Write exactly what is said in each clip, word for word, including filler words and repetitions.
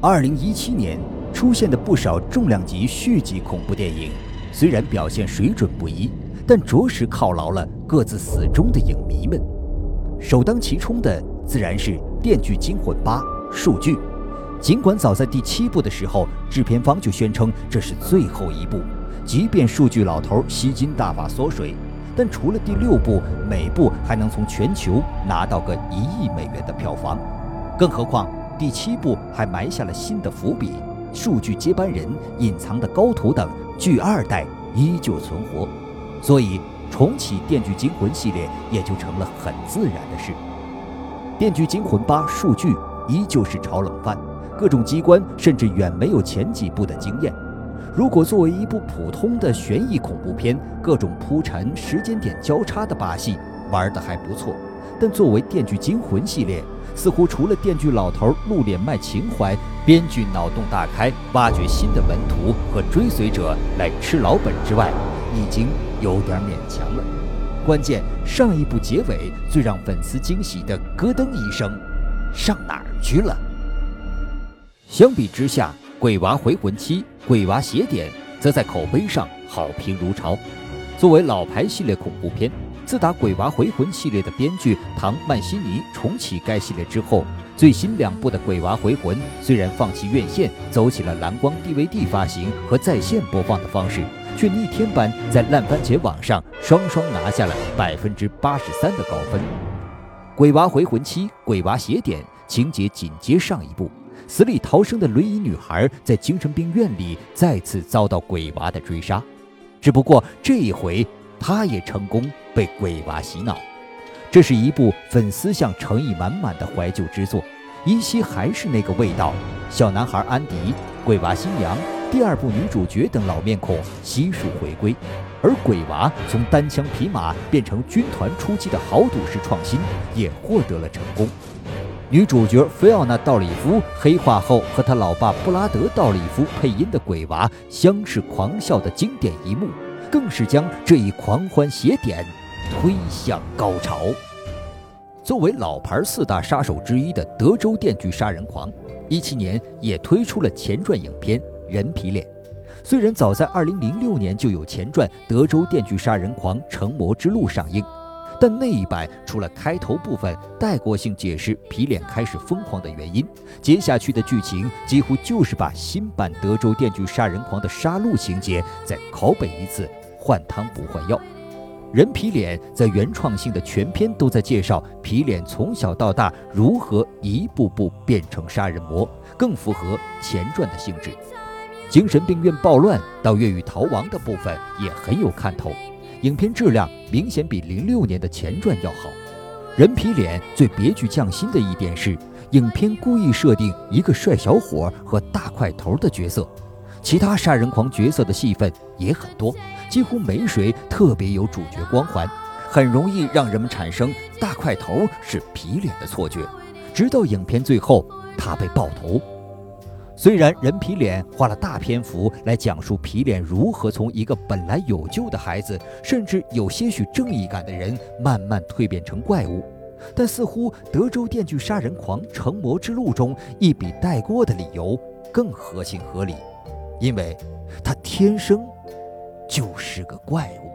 二零一七年出现的不少重量级续集恐怖电影，虽然表现水准不一，但着实犒劳了各自死忠的影迷们。首当其冲的自然是《电锯惊魂八》数据。尽管早在第七部的时候，制片方就宣称这是最后一部，即便数据老头吸金大法缩水，但除了第六部，每部还能从全球拿到个一亿美元的票房。更何况第七部还埋下了新的伏笔，数据接班人、隐藏的高徒等剧二代依旧存活，所以重启《电锯惊魂》系列也就成了很自然的事。《电锯惊魂八》数据依旧是炒冷饭，各种机关甚至远没有前几部的惊艳。如果作为一部普通的悬疑恐怖片，各种铺陈、时间点交叉的把戏玩得还不错，但作为《电锯惊魂》系列，似乎除了电锯老头露脸卖情怀，编剧脑洞大开，挖掘新的门徒和追随者来吃老本之外，已经有点勉强了。关键上一部结尾最让粉丝惊喜的咯噔一声，上哪儿去了？相比之下，《鬼娃回魂七》《鬼娃邪典》则在口碑上好评如潮。作为老牌系列恐怖片，自打《鬼娃回魂》系列的编剧唐曼西尼重启该系列之后，最新两部的《鬼娃回魂》虽然放弃院线，走起了蓝光 D V D 发行和在线播放的方式，却逆天般在烂番茄网上双双拿下了百分之八十三的高分。《鬼娃回魂七》《鬼娃邪典》情节紧接上一部，死里逃生的轮椅女孩在精神病院里再次遭到鬼娃的追杀，只不过这一回她也成功被鬼娃洗脑。这是一部粉丝向诚意满满的怀旧之作，依稀还是那个味道，小男孩安迪、鬼娃新娘、第二部女主角等老面孔悉数回归，而鬼娃从单枪匹马变成军团出击的豪赌式创新也获得了成功。女主角菲奥娜·道里夫黑化后和她老爸布拉德·道里夫配音的鬼娃相视狂笑的经典一幕，更是将这一狂欢邪典推向高潮。作为老牌四大杀手之一的德州电锯杀人狂，一七年也推出了前传影片《人皮脸》。虽然早在二零零六年就有前传《德州电锯杀人狂：成魔之路》上映，但那一版除了开头部分带过性解释皮脸开始疯狂的原因，接下去的剧情几乎就是把新版德州电锯杀人狂的杀戮情节再拷贝一次，换汤不换药。人皮脸在原创性的全篇都在介绍皮脸从小到大如何一步步变成杀人魔，更符合前传的性质。精神病院暴乱到越狱逃亡的部分也很有看头，影片质量明显比零六年的前传要好。人皮脸最别具匠心的一点是，影片故意设定一个帅小伙和大块头的角色，其他杀人狂角色的戏份也很多，几乎没谁特别有主角光环，很容易让人们产生大块头是皮脸的错觉，直到影片最后他被爆头。虽然人皮脸花了大篇幅来讲述皮脸如何从一个本来有救的孩子，甚至有些许正义感的人，慢慢蜕变成怪物，但似乎德州电锯杀人狂成魔之路中一笔带过的理由更合情合理，因为他天生就是个怪物。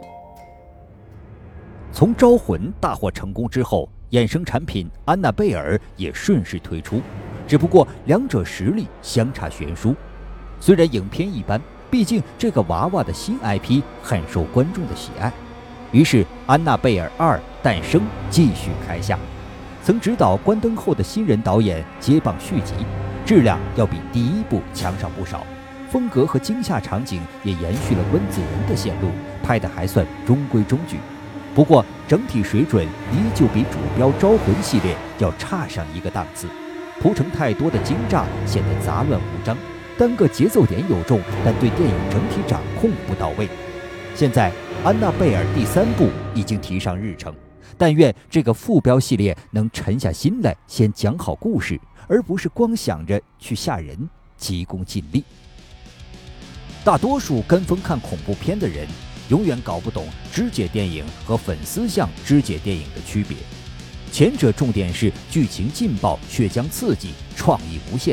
从招魂大获成功之后，衍生产品安娜贝尔也顺势推出，只不过两者实力相差悬殊。虽然影片一般，毕竟这个娃娃的新 I P 很受观众的喜爱，于是安娜贝尔二诞生继续开下。曾执导关灯后的新人导演接棒续集，质量要比第一部强上不少，风格和惊吓场景也延续了温子仁的线路，拍得还算中规中矩。不过整体水准依旧比主标招魂系列要差上一个档次，铺陈太多的惊炸显得杂乱无章，单个节奏点有重，但对电影整体掌控不到位。现在安娜贝尔第三部已经提上日程，但愿这个副标系列能沉下心来，先讲好故事，而不是光想着去吓人，急功近利。大多数跟风看恐怖片的人永远搞不懂肢解电影和粉丝向肢解电影的区别。前者重点是剧情劲爆、血浆刺激、创意无限，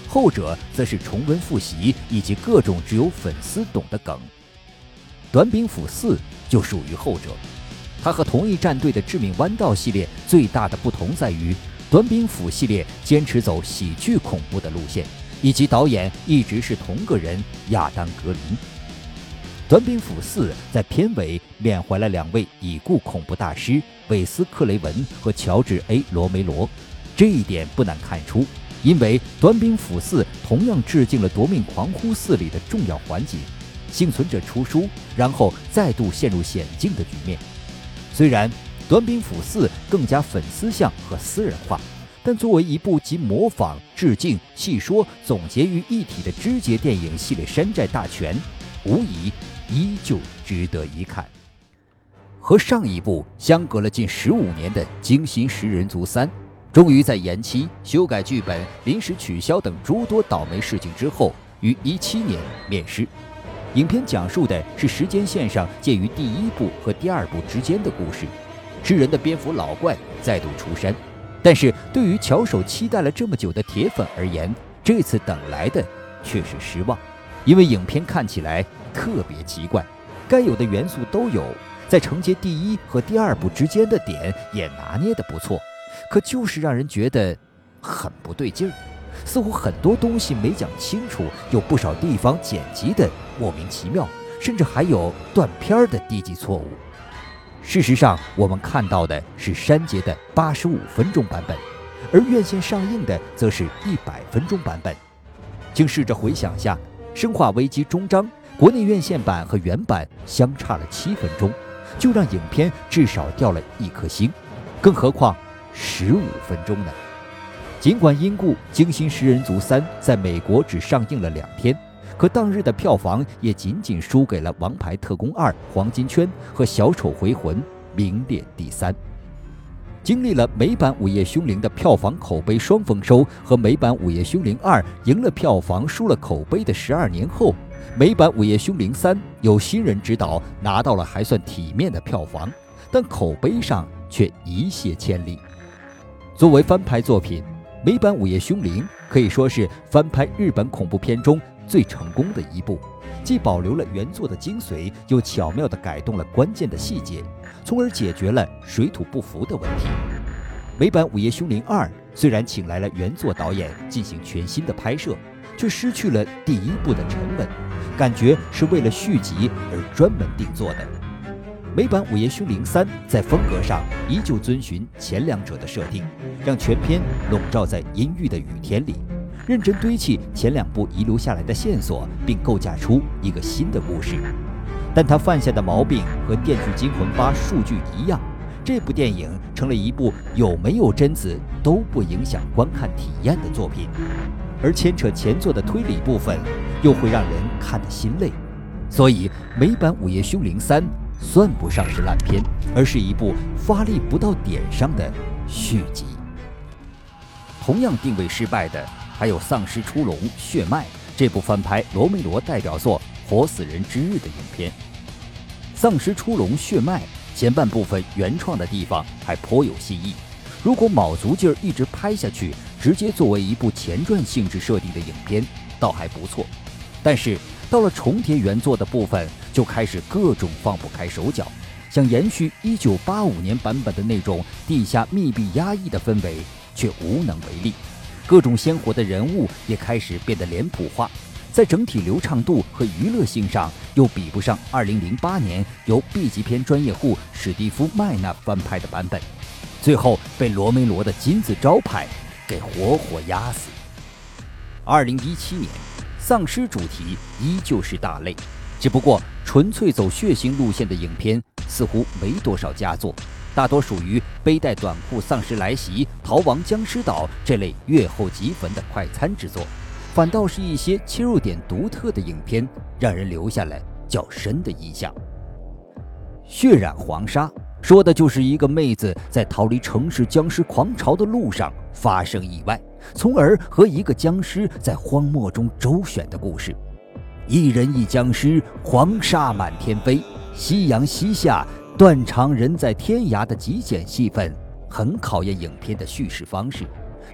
后者则是重温复习以及各种只有粉丝懂的梗。短柄斧四就属于后者，它和同一战队的致命弯道系列最大的不同在于，短柄斧系列坚持走喜剧恐怖的路线，以及导演一直是同个人亚当·格林。短柄斧四在片尾缅怀了两位已故恐怖大师韦斯·克雷文和乔治 ·A· 罗梅罗，这一点不难看出，因为短柄斧四同样致敬了夺命狂呼四里的重要环节，幸存者出书，然后再度陷入险境的局面。虽然短柄斧四更加粉丝向和私人化，但作为一部集模仿、致敬、细说、总结于一体的肢节电影系列山寨大全，无疑依旧值得一看。和上一部相隔了近十五年的《惊心食人族三》，终于在延期、修改剧本、临时取消等诸多倒霉事情之后，于一七年面世。影片讲述的是时间线上介于第一部和第二部之间的故事，吃人的蝙蝠老怪再度出山。但是对于翘首期待了这么久的铁粉而言，这次等来的却是失望，因为影片看起来特别奇怪，该有的元素都有，在承接第一和第二部之间的点也拿捏得不错，可就是让人觉得很不对劲儿，似乎很多东西没讲清楚，有不少地方剪辑的莫名其妙，甚至还有断片的低级错误。事实上，我们看到的是删节的八十五分钟版本，而院线上映的则是一百分钟版本。请试着回想下，《生化危机》终章国内院线版和原版相差了七分钟，就让影片至少掉了一颗星，更何况十五分钟呢？尽管因故《惊心食人族三》在美国只上映了两天，可当日的票房也仅仅输给了《王牌特工二》黄金圈和《小丑回魂》名列第三。经历了美版《午夜凶铃》的票房口碑双丰收和美版《午夜凶铃二》赢了票房输了口碑的十二年后，美版《午夜凶铃三》由新人执导拿到了还算体面的票房，但口碑上却一泻千里。作为翻拍作品，美版《午夜凶铃》可以说是翻拍日本恐怖片中最成功的一部，既保留了原作的精髓，又巧妙地改动了关键的细节，从而解决了水土不服的问题。美版《午夜凶铃二》虽然请来了原作导演进行全新的拍摄，却失去了第一部的沉稳，感觉是为了续集而专门定做的。美版《午夜凶铃三》在风格上依旧遵循前两者的设定，让全片笼罩在阴郁的雨天里，认真堆砌前两部遗留下来的线索，并构架出一个新的故事。但他犯下的毛病和《电锯惊魂八》数据一样，这部电影成了一部有没有贞子都不影响观看体验的作品，而牵扯前作的推理部分又会让人看得心累。所以美版《午夜凶铃三》算不上是烂片，而是一部发力不到点上的续集。同样定位失败的还有《丧尸出笼：血脉》这部翻拍罗梅罗代表作《活死人之日》的影片。《丧尸出笼：血脉》前半部分原创的地方还颇有新意，如果卯足劲儿一直拍下去，直接作为一部前传性质设定的影片倒还不错。但是到了重叠原作的部分，就开始各种放不开手脚，想延续一九八五年版本的那种地下密闭压抑的氛围，却无能为力。各种鲜活的人物也开始变得脸谱化，在整体流畅度和娱乐性上又比不上二零零八年由 B 级片专业户史蒂夫·麦纳翻拍的版本，最后被罗梅罗的金字招牌给活活压死。二零一七年，丧尸主题依旧是大类，只不过纯粹走血腥路线的影片似乎没多少佳作，大多属于背带短裤丧尸来袭、逃亡僵尸岛这类月后即焚的快餐之作，反倒是一些切入点独特的影片让人留下了较深的印象。血染黄沙说的就是一个妹子在逃离城市僵尸狂潮的路上发生意外，从而和一个僵尸在荒漠中周旋的故事。一人一僵尸，黄沙满天飞，夕阳西下，断肠人在天涯的极简戏份很考验影片的叙事方式，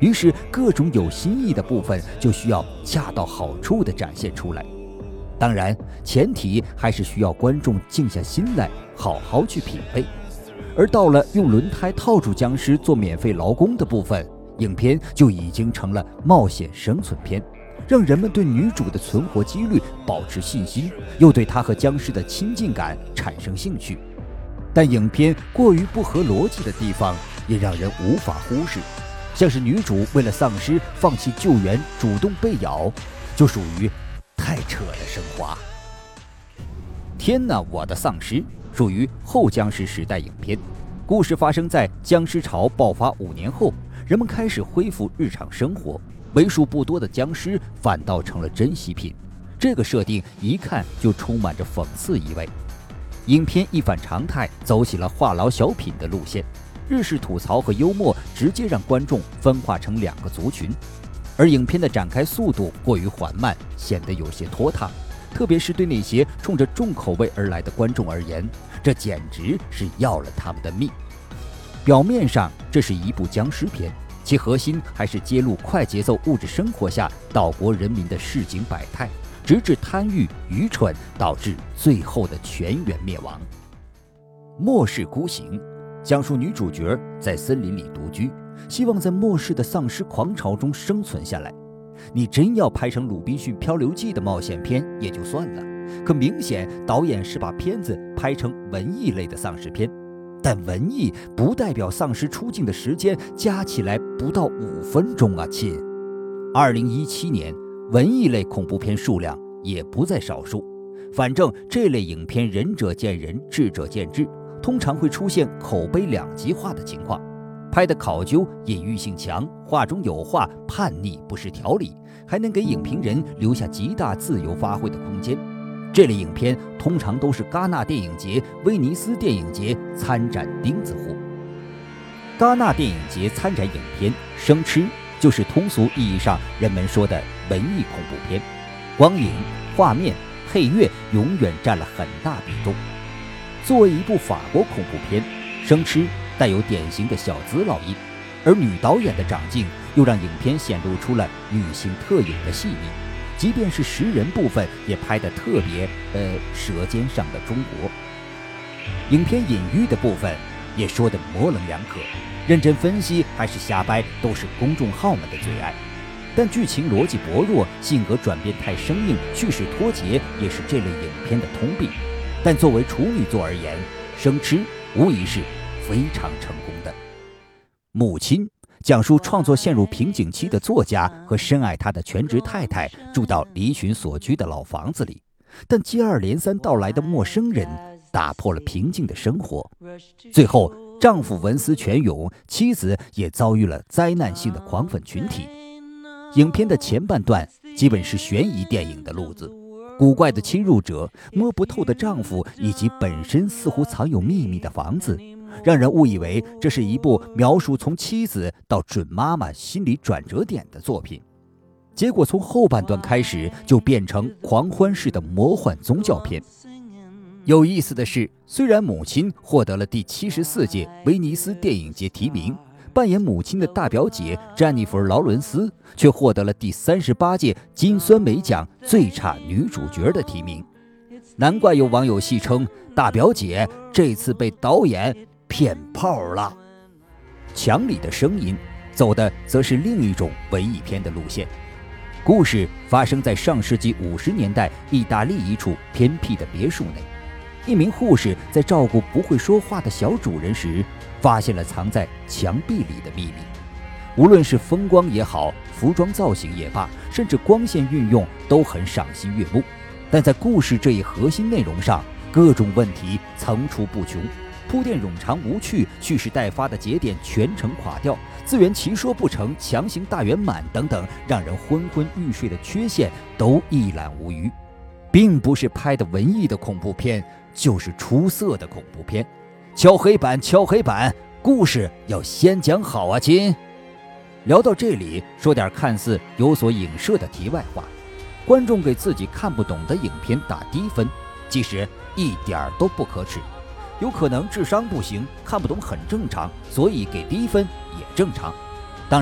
于是各种有新意的部分就需要恰到好处地展现出来。当然，前提还是需要观众静下心来，好好去品味。而到了用轮胎套住僵尸做免费劳工的部分，影片就已经成了冒险生存片，让人们对女主的存活几率保持信心，又对她和僵尸的亲近感产生兴趣。但影片过于不合逻辑的地方也让人无法忽视，像是女主为了丧尸放弃救援，主动被咬，就属于太扯了升华。天哪，我的丧尸属于后僵尸时代影片，故事发生在僵尸潮爆发五年后，人们开始恢复日常生活，为数不多的僵尸反倒成了珍稀品。这个设定一看就充满着讽刺意味。影片一反常态，走起了话痨小品的路线，日式吐槽和幽默直接让观众分化成两个族群，而影片的展开速度过于缓慢，显得有些拖沓。特别是对那些冲着重口味而来的观众而言，这简直是要了他们的命。表面上这是一部僵尸片，其核心还是揭露快节奏物质生活下岛国人民的市井百态，直至贪欲、愚蠢，导致最后的全员灭亡。末世孤行讲述女主角在森林里独居，希望在末世的丧尸狂潮中生存下来。你真要拍成《鲁滨逊漂流记》的冒险片也就算了，可明显导演是把片子拍成文艺类的丧尸片，但文艺不代表丧尸出镜的时间加起来不到五分钟啊亲。二零一七年文艺类恐怖片数量也不在少数，反正这类影片仁者见仁，智者见智，通常会出现口碑两极化的情况。拍的考究，隐喻性强，话中有话，叛逆不失条理，还能给影评人留下极大自由发挥的空间。这类影片通常都是戛纳电影节、威尼斯电影节参展钉子户。戛纳电影节参展影片《生吃》就是通俗意义上人们说的文艺恐怖片，光影、画面、配乐永远占了很大比重。作为一部法国恐怖片，《生吃》带有典型的小资烙印，而女导演的长进又让影片显露出了女性特有的细腻，即便是食人部分也拍得特别呃舌尖上的中国。影片隐喻的部分也说得模棱两可，认真分析还是瞎掰都是公众号们的最爱。但剧情逻辑薄弱，性格转变太生硬，叙事脱节也是这类影片的通病。但作为处女作而言，《生吃》无疑是非常成功的。母亲讲述创作陷入瓶颈期的作家和深爱他的全职太太住到离群所居的老房子里，但接二连三到来的陌生人打破了平静的生活。最后丈夫文思泉涌，妻子也遭遇了灾难性的狂粉群体。影片的前半段基本是悬疑电影的路子，古怪的侵入者、摸不透的丈夫以及本身似乎藏有秘密的房子，让人误以为这是一部描述从妻子到准妈妈心理转折点的作品。结果从后半段开始就变成狂欢式的魔幻宗教片。有意思的是，虽然母亲获得了第七十四届威尼斯电影节提名，扮演母亲的大表姐詹妮弗·劳伦斯却获得了第三十八届金酸梅奖最差女主角的提名。难怪有网友戏称大表姐这次被导演骗炮了。墙里的声音走的则是另一种文艺片的路线。故事发生在上世纪五十年代意大利一处偏僻的别墅内，一名护士在照顾不会说话的小主人时，发现了藏在墙壁里的秘密。无论是风光也好，服装造型也罢，甚至光线运用都很赏心悦目。但在故事这一核心内容上，各种问题层出不穷，铺垫冗长无趣，蓄势待发的节点全程垮掉，自圆其说不成，强行大圆满等等，让人昏昏欲睡的缺陷都一览无余。并不是拍的文艺的恐怖片，就是出色的恐怖片。敲黑板，敲黑板，故事要先讲好啊亲。聊到这里，说点看似有所影射的题外话。观众给自己看不懂的影片打低分，其实一点都不可耻。有可能智商不行，看不懂很正常，所以给低分也正常。当然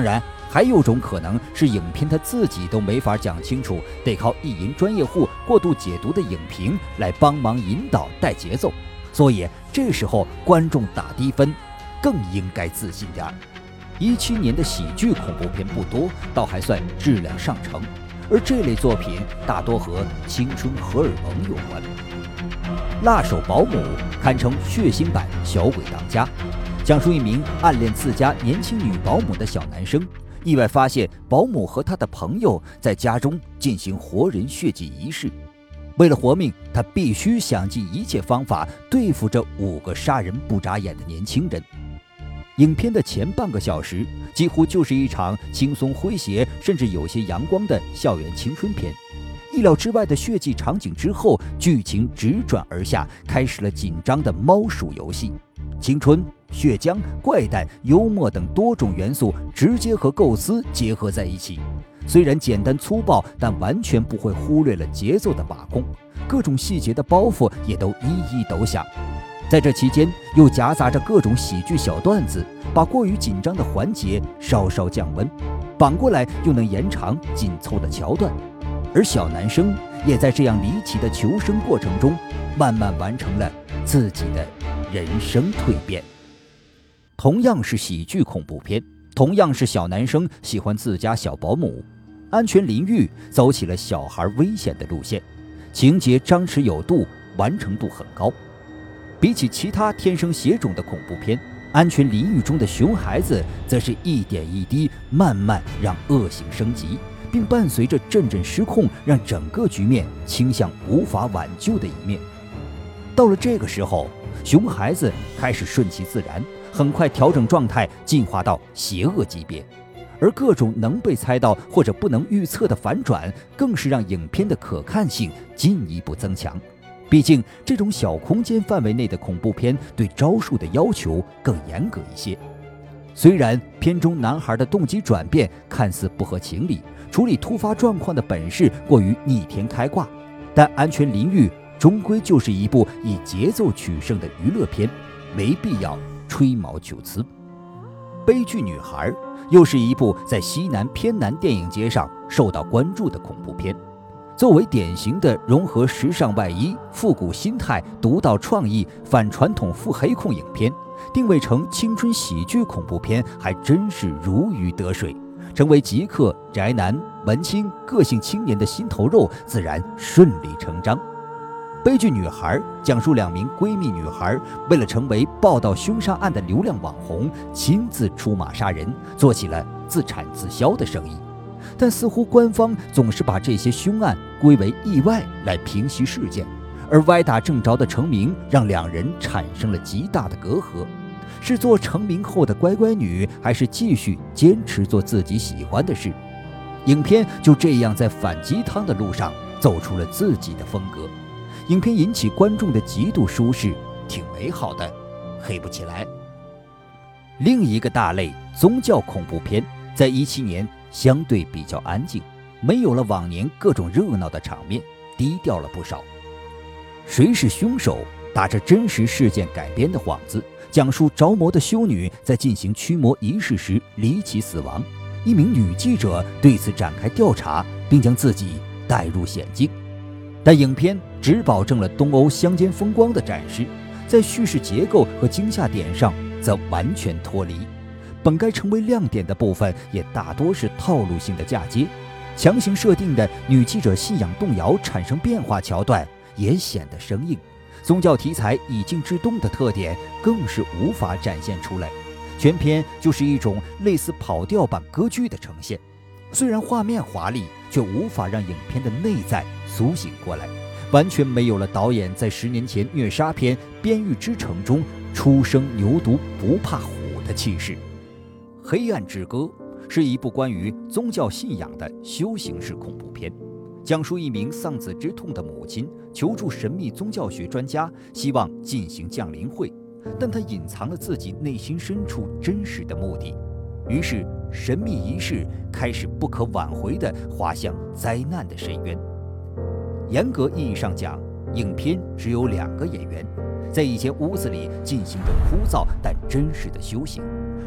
还有种可能是影片他自己都没法讲清楚，得靠意淫专业户过度解读的影评来帮忙引导带节奏，所以这时候观众打低分更应该自信点儿。一七年的喜剧恐怖片不多，倒还算质量上乘，而这类作品大多和青春荷尔蒙有关。辣手保姆堪称血腥版小鬼当家，讲述一名暗恋自家年轻女保姆的小男生，意外发现保姆和他的朋友在家中进行活人血祭仪式。为了活命，他必须想尽一切方法对付这五个杀人不眨眼的年轻人。影片的前半个小时几乎就是一场轻松诙谐甚至有些阳光的校园青春片。意料之外的血祭场景之后，剧情直转而下，开始了紧张的猫鼠游戏。青春、血浆、怪诞、幽默等多种元素直接和构思结合在一起，虽然简单粗暴，但完全不会忽略了节奏的把控，各种细节的包袱也都一一抖响。在这期间又夹杂着各种喜剧小段子，把过于紧张的环节稍稍降温，反过来又能延长紧凑的桥段。而小男生也在这样离奇的求生过程中，慢慢完成了自己的人生蜕变。同样是喜剧恐怖片，同样是小男生喜欢自家小保姆，安全淋浴走起了小孩危险的路线，情节张弛有度，完成度很高。比起其他天生血种的恐怖片，安全淋浴中的熊孩子则是一点一滴慢慢让恶行升级，并伴随着阵阵失控，让整个局面倾向无法挽救的一面。到了这个时候，熊孩子开始顺其自然，很快调整状态，进化到邪恶级别，而各种能被猜到或者不能预测的反转，更是让影片的可看性进一步增强。毕竟这种小空间范围内的恐怖片对招数的要求更严格一些。虽然片中男孩的动机转变看似不合情理，处理突发状况的本事过于逆天开挂，但安全淋浴终归就是一部以节奏取胜的娱乐片，没必要吹毛求疵。悲剧女孩又是一部在西南偏南电影节上受到关注的恐怖片。作为典型的融合时尚外衣、复古心态、独到创意、反传统腹黑控影片，定位成青春喜剧恐怖片还真是如鱼得水，成为极客、宅男、文青、个性青年的心头肉，自然顺理成章。悲剧女孩讲述两名闺蜜女孩为了成为报道凶杀案的流量网红，亲自出马杀人，做起了自产自销的生意。但似乎官方总是把这些凶案归为意外来平息事件，而歪打正着的成名让两人产生了极大的隔阂。是做成名后的乖乖女，还是继续坚持做自己喜欢的事？影片就这样在反鸡汤的路上走出了自己的风格。影片引起观众的极度舒适，挺美好的，黑不起来。另一个大类宗教恐怖片，在一七年相对比较安静，没有了往年各种热闹的场面，低调了不少。谁是凶手？打着真实事件改编的幌子，讲述着魔的修女在进行驱魔仪式时离奇死亡，一名女记者对此展开调查，并将自己带入险境。但影片只保证了东欧乡间风光的展示，在叙事结构和惊吓点上则完全脱离。本该成为亮点的部分，也大多是套路性的嫁接，强行设定的女记者信仰动摇产生变化桥段也显得生硬，宗教题材以静制动的特点更是无法展现出来，全片就是一种类似跑调版歌剧的呈现。虽然画面华丽，却无法让影片的内在苏醒过来，完全没有了导演在十年前虐杀片《边狱之城》中初生牛犊不怕虎的气势。《黑暗之歌》是一部关于宗教信仰的修行式恐怖片，讲述一名丧子之痛的母亲求助神秘宗教学专家，希望进行降临会，但他隐藏了自己内心深处真实的目的。于是神秘仪式开始不可挽回地滑向灾难的深渊。严格意义上讲，影片只有两个演员在一间屋子里进行着枯燥但真实的修行，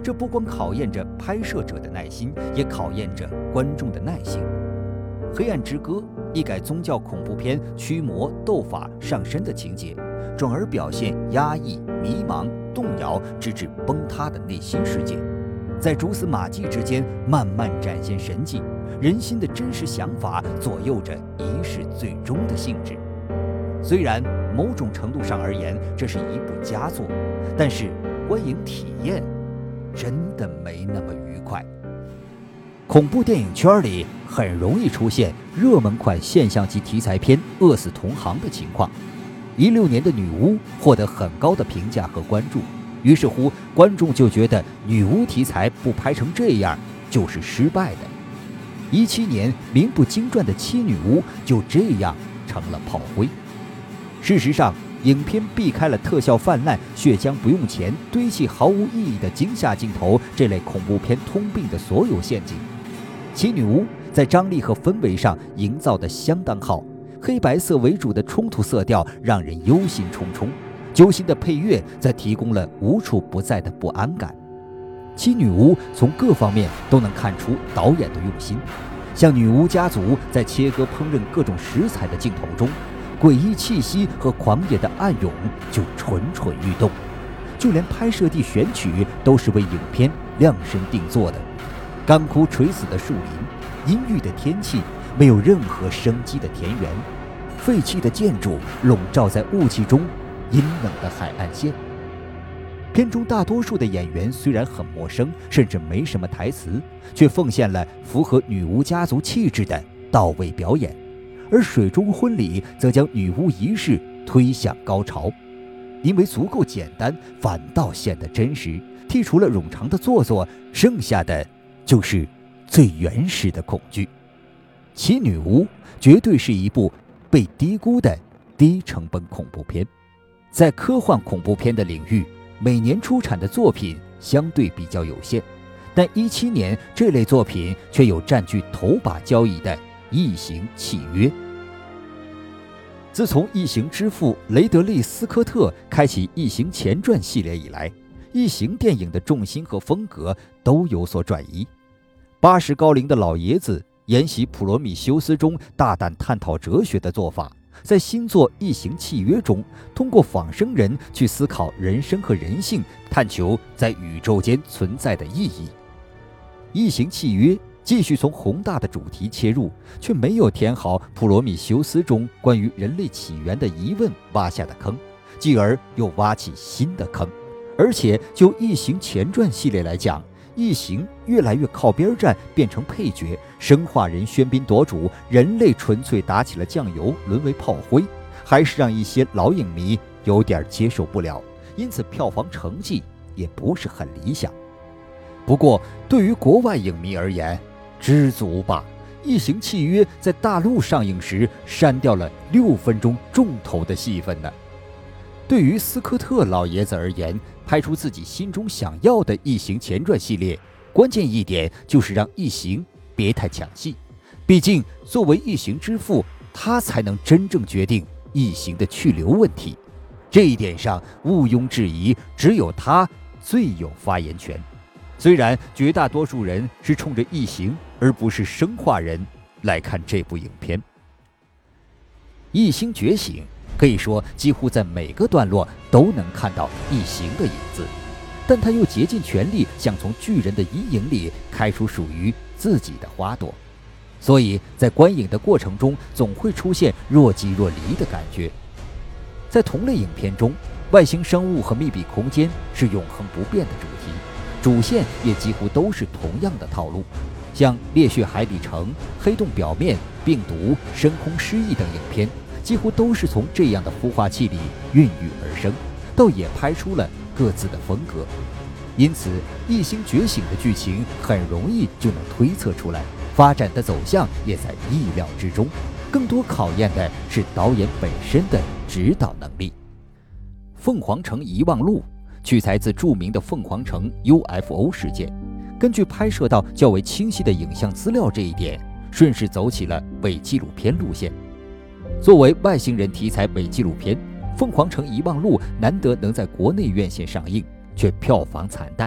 这不光考验着拍摄者的耐心，也考验着观众的耐性。《黑暗之歌》一改宗教恐怖片驱魔斗法上身的情节，转而表现压抑、迷茫、动摇，直至崩塌的内心世界，在蛛丝马迹之间慢慢展现神迹，人心的真实想法左右着仪式最终的性质。虽然某种程度上而言，这是一部佳作，但是观影体验真的没那么愉快。恐怖电影圈里很容易出现热门款现象级题材片饿死同行的情况。一六年的女巫获得很高的评价和关注，于是乎观众就觉得女巫题材不拍成这样就是失败的。一七年名不经传的七女巫就这样成了炮灰。事实上，影片避开了特效泛滥、血浆不用钱、堆砌毫无意义的惊吓镜头这类恐怖片通病的所有陷阱。七女巫在张力和氛围上营造得相当好，黑白色为主的冲突色调让人忧心忡忡，揪心的配乐则提供了无处不在的不安感。七女巫从各方面都能看出导演的用心，像女巫家族在切割烹饪各种食材的镜头中，诡异气息和狂野的暗涌就蠢蠢欲动，就连拍摄地选取都是为影片量身定做的。干枯垂死的树林，阴郁的天气，没有任何生机的田园，废弃的建筑笼罩在雾气中，阴冷的海岸线。片中大多数的演员虽然很陌生，甚至没什么台词，却奉献了符合女巫家族气质的到位表演。而水中婚礼则将女巫仪式推向高潮，因为足够简单，反倒显得真实。剔除了冗长的做作，剩下的就是最原始的恐惧。七女巫绝对是一部被低估的低成本恐怖片。在科幻恐怖片的领域，每年出产的作品相对比较有限，但一七年这类作品却有占据头把交椅的异形契约。自从异形之父雷德利·斯科特开启异形前传系列以来，异形电影的重心和风格都有所转移。八十高龄的老爷子沿袭《普罗米修斯》中大胆探讨哲学的做法，在新作《异形契约》中，通过仿生人去思考人生和人性，探求在宇宙间存在的意义。《异形契约》继续从宏大的主题切入，却没有填好《普罗米修斯》中关于人类起源的疑问挖下的坑，继而又挖起新的坑。而且就异形前传系列来讲，异形越来越靠边站，变成配角，生化人喧宾夺主，人类纯粹打起了酱油，沦为炮灰，还是让一些老影迷有点接受不了，因此票房成绩也不是很理想。不过对于国外影迷而言，知足吧，异形契约在大陆上映时删掉了六分钟重头的戏份呢。对于斯科特老爷子而言，拍出自己心中想要的异形前传系列，关键一点就是让异形别太抢戏，毕竟作为异形之父，他才能真正决定异形的去留问题。这一点上毋庸置疑，只有他最有发言权。虽然绝大多数人是冲着异形而不是生化人来看这部影片。异形觉醒可以说几乎在每个段落都能看到异形的影子，但他又竭尽全力想从巨人的阴影里开出属于自己的花朵，所以在观影的过程中总会出现若即若离的感觉。在同类影片中，外星生物和密闭空间是永恒不变的主题，主线也几乎都是同样的套路，像《猎血海底城》、《黑洞表面》、《病毒》、《深空失忆》等影片几乎都是从这样的孵化器里孕育而生，倒也拍出了各自的风格。因此异形觉醒的剧情很容易就能推测出来，发展的走向也在意料之中，更多考验的是导演本身的指导能力。凤凰城遗忘录取材自著名的凤凰城 U F O 事件，根据拍摄到较为清晰的影像资料这一点，顺势走起了伪纪录片路线。作为外星人题材伪纪录片，凤凰城遗忘录难得能在国内院线上映，却票房惨淡，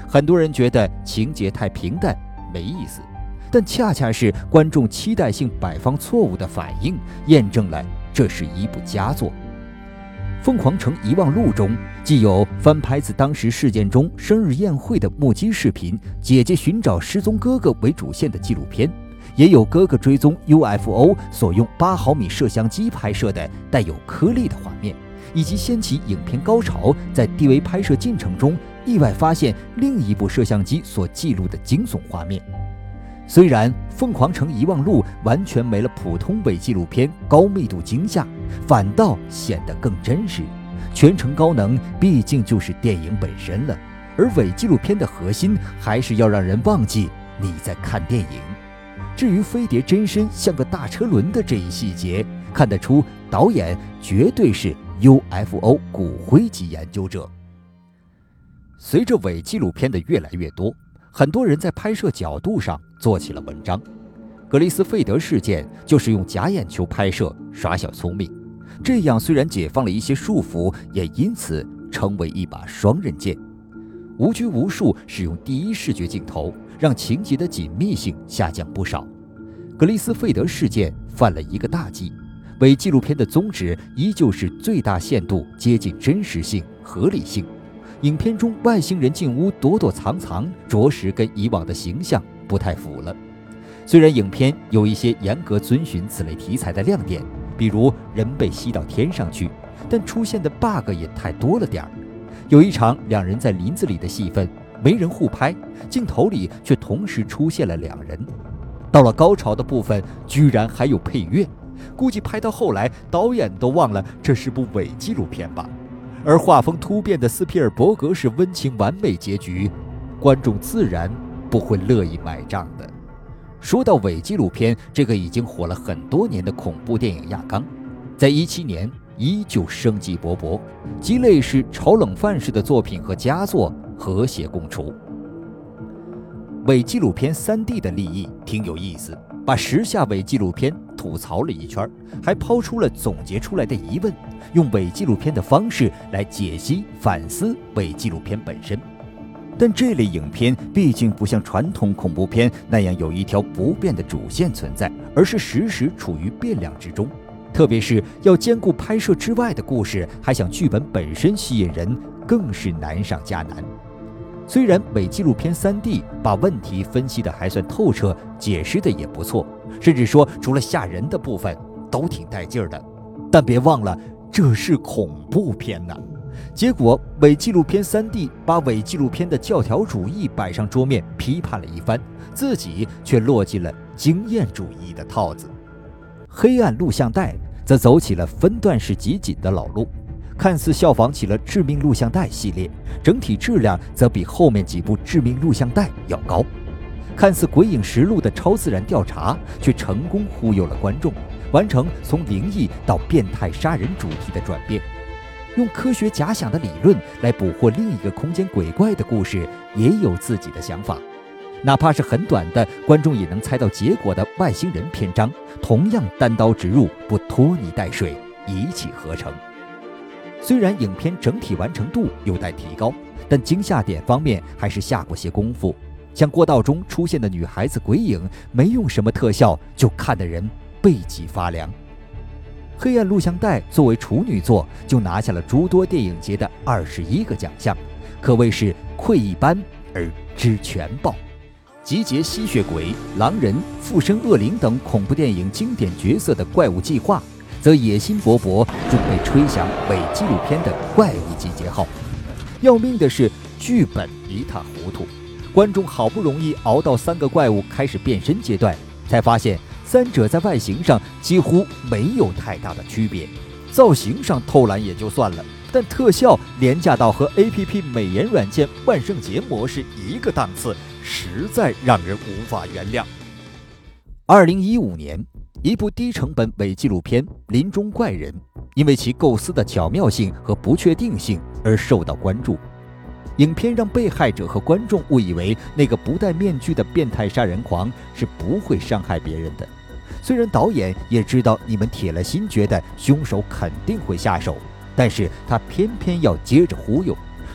很多人觉得情节太平淡没意思，但恰恰是观众期待性摆放错误的反应，验证了这是一部佳作。《凤凰城遗忘录》中既有翻拍自当时事件中生日宴会的目击视频，姐姐寻找失踪哥哥为主线的纪录片，也有哥哥追踪 U F O 所用八毫米摄像机拍摄的带有颗粒的画面，以及掀起影片高潮在 D V 拍摄进程中意外发现另一部摄像机所记录的惊悚画面。虽然《凤凰城遗忘录》完全没了普通伪纪录片高密度惊吓，反倒显得更真实。全程高能毕竟就是电影本身了，而伪纪录片的核心还是要让人忘记你在看电影。至于飞碟真身像个大车轮的这一细节，看得出导演绝对是 U F O 骨灰级研究者。随着伪纪录片的越来越多，很多人在拍摄角度上做起了文章。格雷斯费德事件就是用假眼球拍摄耍小聪明，这样虽然解放了一些束缚，也因此成为一把双刃剑。无拘无束使用第一视觉镜头，让情节的紧密性下降不少。格雷斯费德事件犯了一个大忌，伪纪录片的宗旨依旧是最大限度接近真实性、合理性。影片中外星人进屋躲躲藏藏，着实跟以往的形象不太符了。虽然影片有一些严格遵循此类题材的亮点，比如人被吸到天上去，但出现的 bug 也太多了点儿。有一场两人在林子里的戏份，没人互拍，镜头里却同时出现了两人。到了高潮的部分，居然还有配乐，估计拍到后来导演都忘了这是部伪纪录片吧。而画风突变的斯皮尔伯格式温情完美结局，观众自然不会乐意买账的。说到伪纪录片，这个已经火了很多年的恐怖电影亚纲，在一七年依旧生机勃勃，鸡肋式炒冷饭式的作品和佳作和谐共处。伪纪录片 三 D 的立意挺有意思，把时下伪纪录片吐槽了一圈，还抛出了总结出来的疑问，用伪纪录片的方式来解析反思伪纪录片本身。但这类影片毕竟不像传统恐怖片那样有一条不变的主线存在，而是时时处于变量之中，特别是要兼顾拍摄之外的故事，还想剧本本身吸引人，更是难上加难。虽然伪纪录片 三 D 把问题分析得还算透彻，解释的也不错，甚至说除了吓人的部分都挺带劲儿的，但别忘了这是恐怖片呐。结果伪纪录片 三 D 把伪纪录片的教条主义摆上桌面批判了一番，自己却落进了经验主义的套子。黑暗录像带则走起了分段式集锦的老路，看似效仿起了致命录像带系列，整体质量则比后面几部致命录像带要高。看似鬼影实录的超自然调查，却成功忽悠了观众，完成从灵异到变态杀人主题的转变。用科学假想的理论来捕获另一个空间鬼怪的故事，也有自己的想法。哪怕是很短的，观众也能猜到结果的外星人篇章，同样单刀直入，不拖泥带水，一气呵成。虽然影片整体完成度有待提高，但惊吓点方面还是下过些功夫。像过道中出现的女孩子鬼影，没用什么特效，就看得人背脊发凉。黑暗录像带作为处女作，就拿下了诸多电影节的二十一个奖项，可谓是窥一斑而知全豹。集结吸血鬼、狼人、附身恶灵等恐怖电影经典角色的怪物计划，则野心勃勃，准备吹响伪纪录片的怪物集结号。要命的是，剧本一塌糊涂，观众好不容易熬到三个怪物开始变身阶段，才发现三者在外形上几乎没有太大的区别，造型上偷懒也就算了，但特效廉价到和 A P P 美颜软件万圣节模式一个档次，实在让人无法原谅。二零一五年，一部低成本伪纪录片《林中怪人》，因为其构思的巧妙性和不确定性而受到关注。影片让被害者和观众误以为那个不戴面具的变态杀人狂是不会伤害别人的。虽然导演也知道你们铁了心觉得凶手肯定会下手，但是他偏偏要接着忽悠，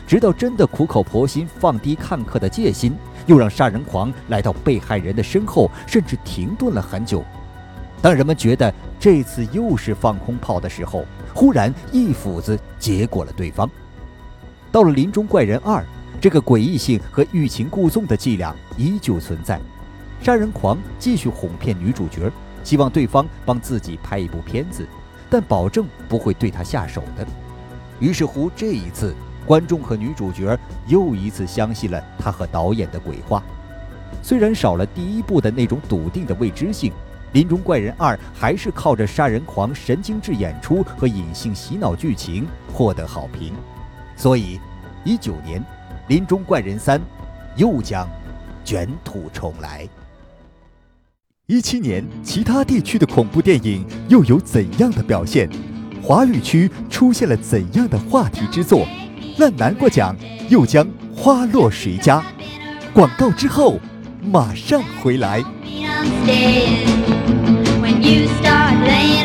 直到真的苦口婆心放低看客的戒心，又让杀人狂来到被害人的身后，甚至停顿了很久。当人们觉得这次又是放空炮的时候，忽然一斧子结果了对方。到了《林中怪人二》，这个诡异性和欲擒故纵的伎俩依旧存在。杀人狂继续哄骗女主角，希望对方帮自己拍一部片子，但保证不会对他下手的。于是乎，这一次观众和女主角又一次相信了他和导演的鬼话。虽然少了第一部的那种笃定的未知性，《林中怪人二》还是靠着杀人狂神经质演出和隐性洗脑剧情获得好评。所以一九年《林中怪人三》又将卷土重来。一七年，其他地区的恐怖电影又有怎样的表现？华语区出现了怎样的话题之作？烂南瓜奖又将花落谁家？广告之后马上回来。When you start laying